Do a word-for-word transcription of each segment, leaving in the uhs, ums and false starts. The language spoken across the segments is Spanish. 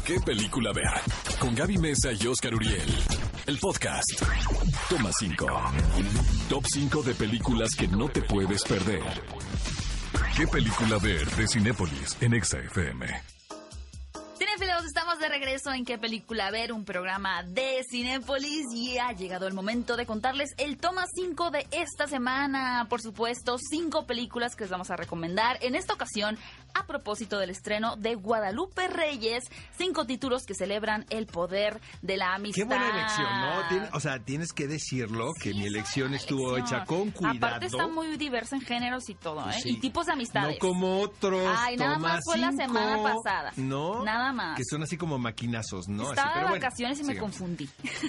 ¿Qué película ver? Con Gaby Mesa y Oscar Uriel. El podcast. Toma cinco. Top cinco de películas que no te puedes perder. ¿Qué película ver de Cinépolis en Exa F M? Cinéfilos, estamos de regreso en ¿Qué película ver? Un programa de Cinépolis y ha llegado el momento de contarles el toma cinco de esta semana. Por supuesto, cinco películas que les vamos a recomendar. En esta ocasión, a propósito del estreno de Guadalupe Reyes, cinco títulos que celebran el poder de la amistad. Qué buena elección, ¿no? Tien, o sea, tienes que decirlo, que sí, mi elección estuvo elección. hecha con cuidado. Aparte está muy diversa en géneros y todo, ¿eh? Sí. Y tipos de amistades. No como otros. Ay, nada toma más fue cinco. la semana pasada. No. Nada más. Que son así como maquinazos, ¿no? Estaba así, pero de bueno, vacaciones y me sigamos. confundí.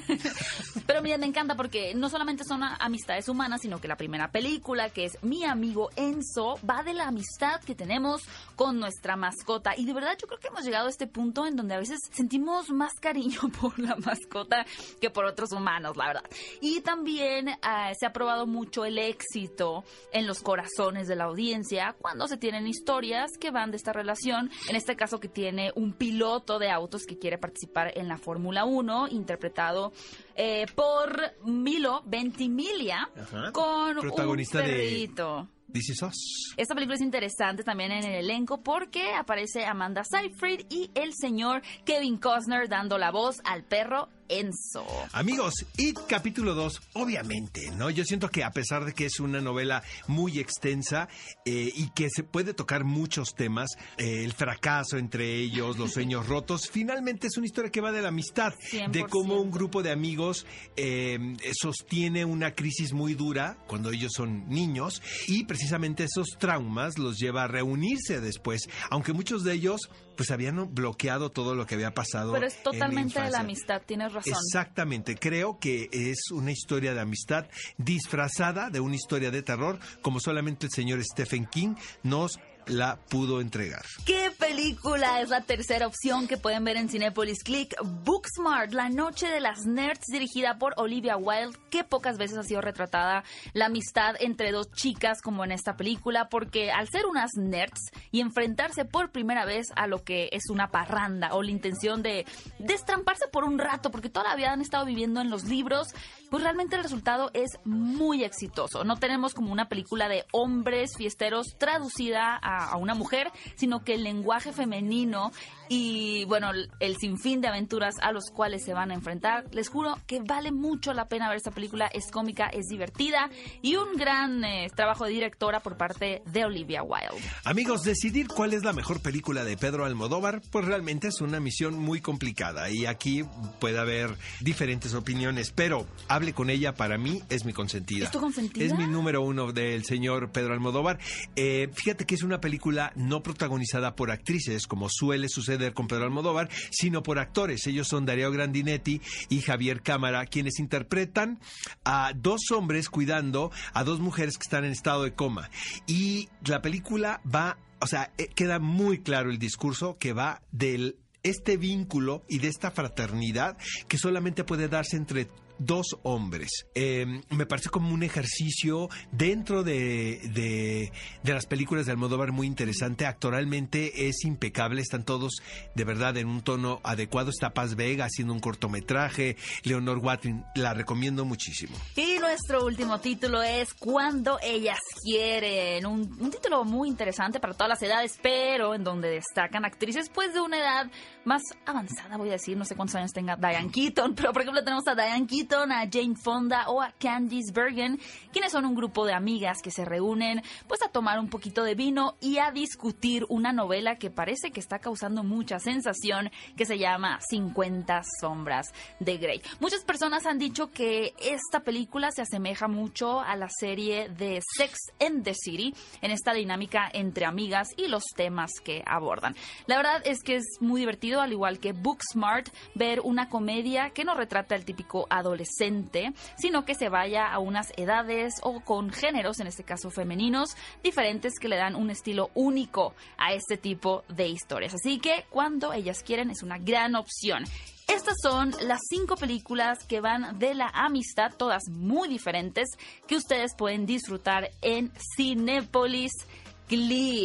Pero miren, me encanta porque no solamente son amistades humanas, sino que la primera película, que es Mi amigo Enzo, va de la amistad que tenemos con nuestra mascota. Y de verdad yo creo que hemos llegado a este punto en donde a veces sentimos más cariño por la mascota que por otros humanos, la verdad. Y también eh, se ha probado mucho el éxito en los corazones de la audiencia cuando se tienen historias que van de esta relación. En este caso que tiene un piloto de autos que quiere participar en la Fórmula uno, interpretado eh, por Milo Ventimiglia, Ajá. con protagonista un perrito. de This Is Us. Esta película es interesante también en el elenco porque aparece Amanda Seyfried y el señor Kevin Costner dando la voz al perro Enzo. Amigos, It capítulo dos, obviamente, ¿no? Yo siento que a pesar de que es una novela muy extensa eh, y que se puede tocar muchos temas, eh, el fracaso entre ellos, los sueños rotos, finalmente es una historia que va de la amistad, cien por ciento. De cómo un grupo de amigos eh, sostiene una crisis muy dura cuando ellos son niños y precisamente esos traumas los lleva a reunirse después, aunque muchos de ellos pues habían bloqueado todo lo que había pasado. Pero es totalmente en la de la amistad, tienes razón. Exactamente, creo que es una historia de amistad disfrazada de una historia de terror, como solamente el señor Stephen King nos la pudo entregar. ¿Qué película es la tercera opción que pueden ver en Cinépolis Click? Booksmart, La noche de las nerds, dirigida por Olivia Wilde. Que pocas veces ha sido retratada la amistad entre dos chicas como en esta película, porque al ser unas nerds y enfrentarse por primera vez a lo que es una parranda o la intención de destramparse por un rato, porque todavía han estado viviendo en los libros, pues realmente el resultado es muy exitoso. No tenemos como una película de hombres fiesteros traducida a a una mujer, sino que el lenguaje femenino y, bueno, el sinfín de aventuras a los cuales se van a enfrentar. Les juro que vale mucho la pena ver esta película. Es cómica, es divertida y un gran eh, trabajo de directora por parte de Olivia Wilde. Amigos, decidir cuál es la mejor película de Pedro Almodóvar, pues realmente es una misión muy complicada y aquí puede haber diferentes opiniones, pero Hable con ella, para mí, es mi consentida. ¿Es tu consentida? Es mi número uno del señor Pedro Almodóvar. Eh, fíjate que es una película no protagonizada por actrices, como suele suceder con Pedro Almodóvar, sino por actores. Ellos son Darío Grandinetti y Javier Cámara, quienes interpretan a dos hombres cuidando a dos mujeres que están en estado de coma. Y la película va, o sea, eh, queda muy claro el discurso que va del este vínculo y de esta fraternidad que solamente puede darse entre dos hombres. Eh, me parece como un ejercicio dentro de, de, de las películas de Almodóvar muy interesante. Actoralmente es impecable, están todos de verdad en un tono adecuado. Está Paz Vega haciendo un cortometraje, Leonor Watling, la recomiendo muchísimo. Y nuestro último título es Cuando ellas quieren, un, un título muy interesante para todas las edades, pero en donde destacan actrices pues de una edad más avanzada, voy a decir, no sé cuántos años tenga Diane Keaton, pero por ejemplo tenemos a Diane Keaton, a Jane Fonda o a Candice Bergen, quienes son un grupo de amigas que se reúnen pues a tomar un poquito de vino y a discutir una novela que parece que está causando mucha sensación, que se llama cincuenta sombras de Grey. Muchas personas han dicho que esta película se asemeja mucho a la serie de Sex and the City, en esta dinámica entre amigas y los temas que abordan. La verdad es que es muy divertido, al igual que Booksmart, ver una comedia que no retrata el típico adolescente, sino que se vaya a unas edades o con géneros, en este caso femeninos, diferentes, que le dan un estilo único a este tipo de historias. Así que Cuando ellas quieren es una gran opción. Estas son las cinco películas que van de la amistad, todas muy diferentes, que ustedes pueden disfrutar en Cinépolis Click.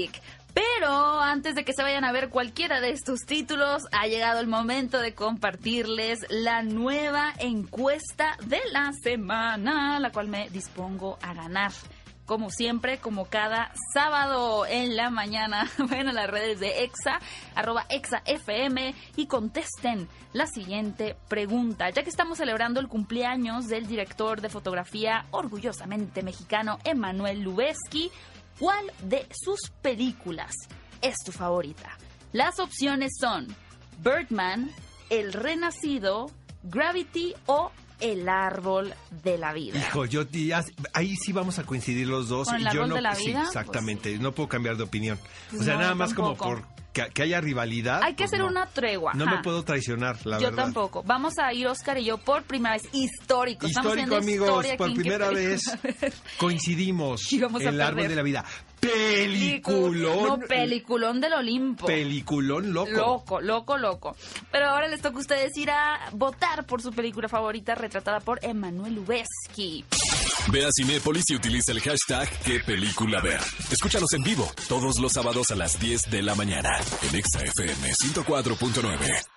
Pero antes de que se vayan a ver cualquiera de estos títulos, ha llegado el momento de compartirles la nueva encuesta de la semana, la cual me dispongo a ganar. Como siempre, como cada sábado en la mañana, vayan a las redes de Exa, arroba Exa F M y contesten la siguiente pregunta. Ya que estamos celebrando el cumpleaños del director de fotografía orgullosamente mexicano, Emmanuel Lubezki, ¿cuál de sus películas es tu favorita? Las opciones son Birdman, El Renacido, Gravity o El Árbol de la Vida. Hijo, yo ya, ahí sí vamos a coincidir los dos. ¿Con el y yo árbol no, de la sí, vida? exactamente. Pues, no puedo cambiar de opinión. O sea, no, nada más tampoco. como por que, que haya rivalidad. Hay que pues hacer no. una tregua. No Ajá. me puedo traicionar, la Yo verdad. tampoco. Vamos a ir Oscar y yo por primera vez. Histórico. Estamos Histórico, haciendo amigos, historia por aquí en primera Qué vez Película. coincidimos. Y vamos a El Árbol perder. de la Vida. Peliculón. No, peliculón del Olimpo. Peliculón loco. Loco, loco, loco. Pero ahora les toca a ustedes ir a votar por su película favorita retratada por Emmanuel Lubezki. Ve a Cinépolis y utiliza el hashtag qué película ver. Escúchanos en vivo todos los sábados a las diez de la mañana en Exa F M ciento cuatro punto nueve.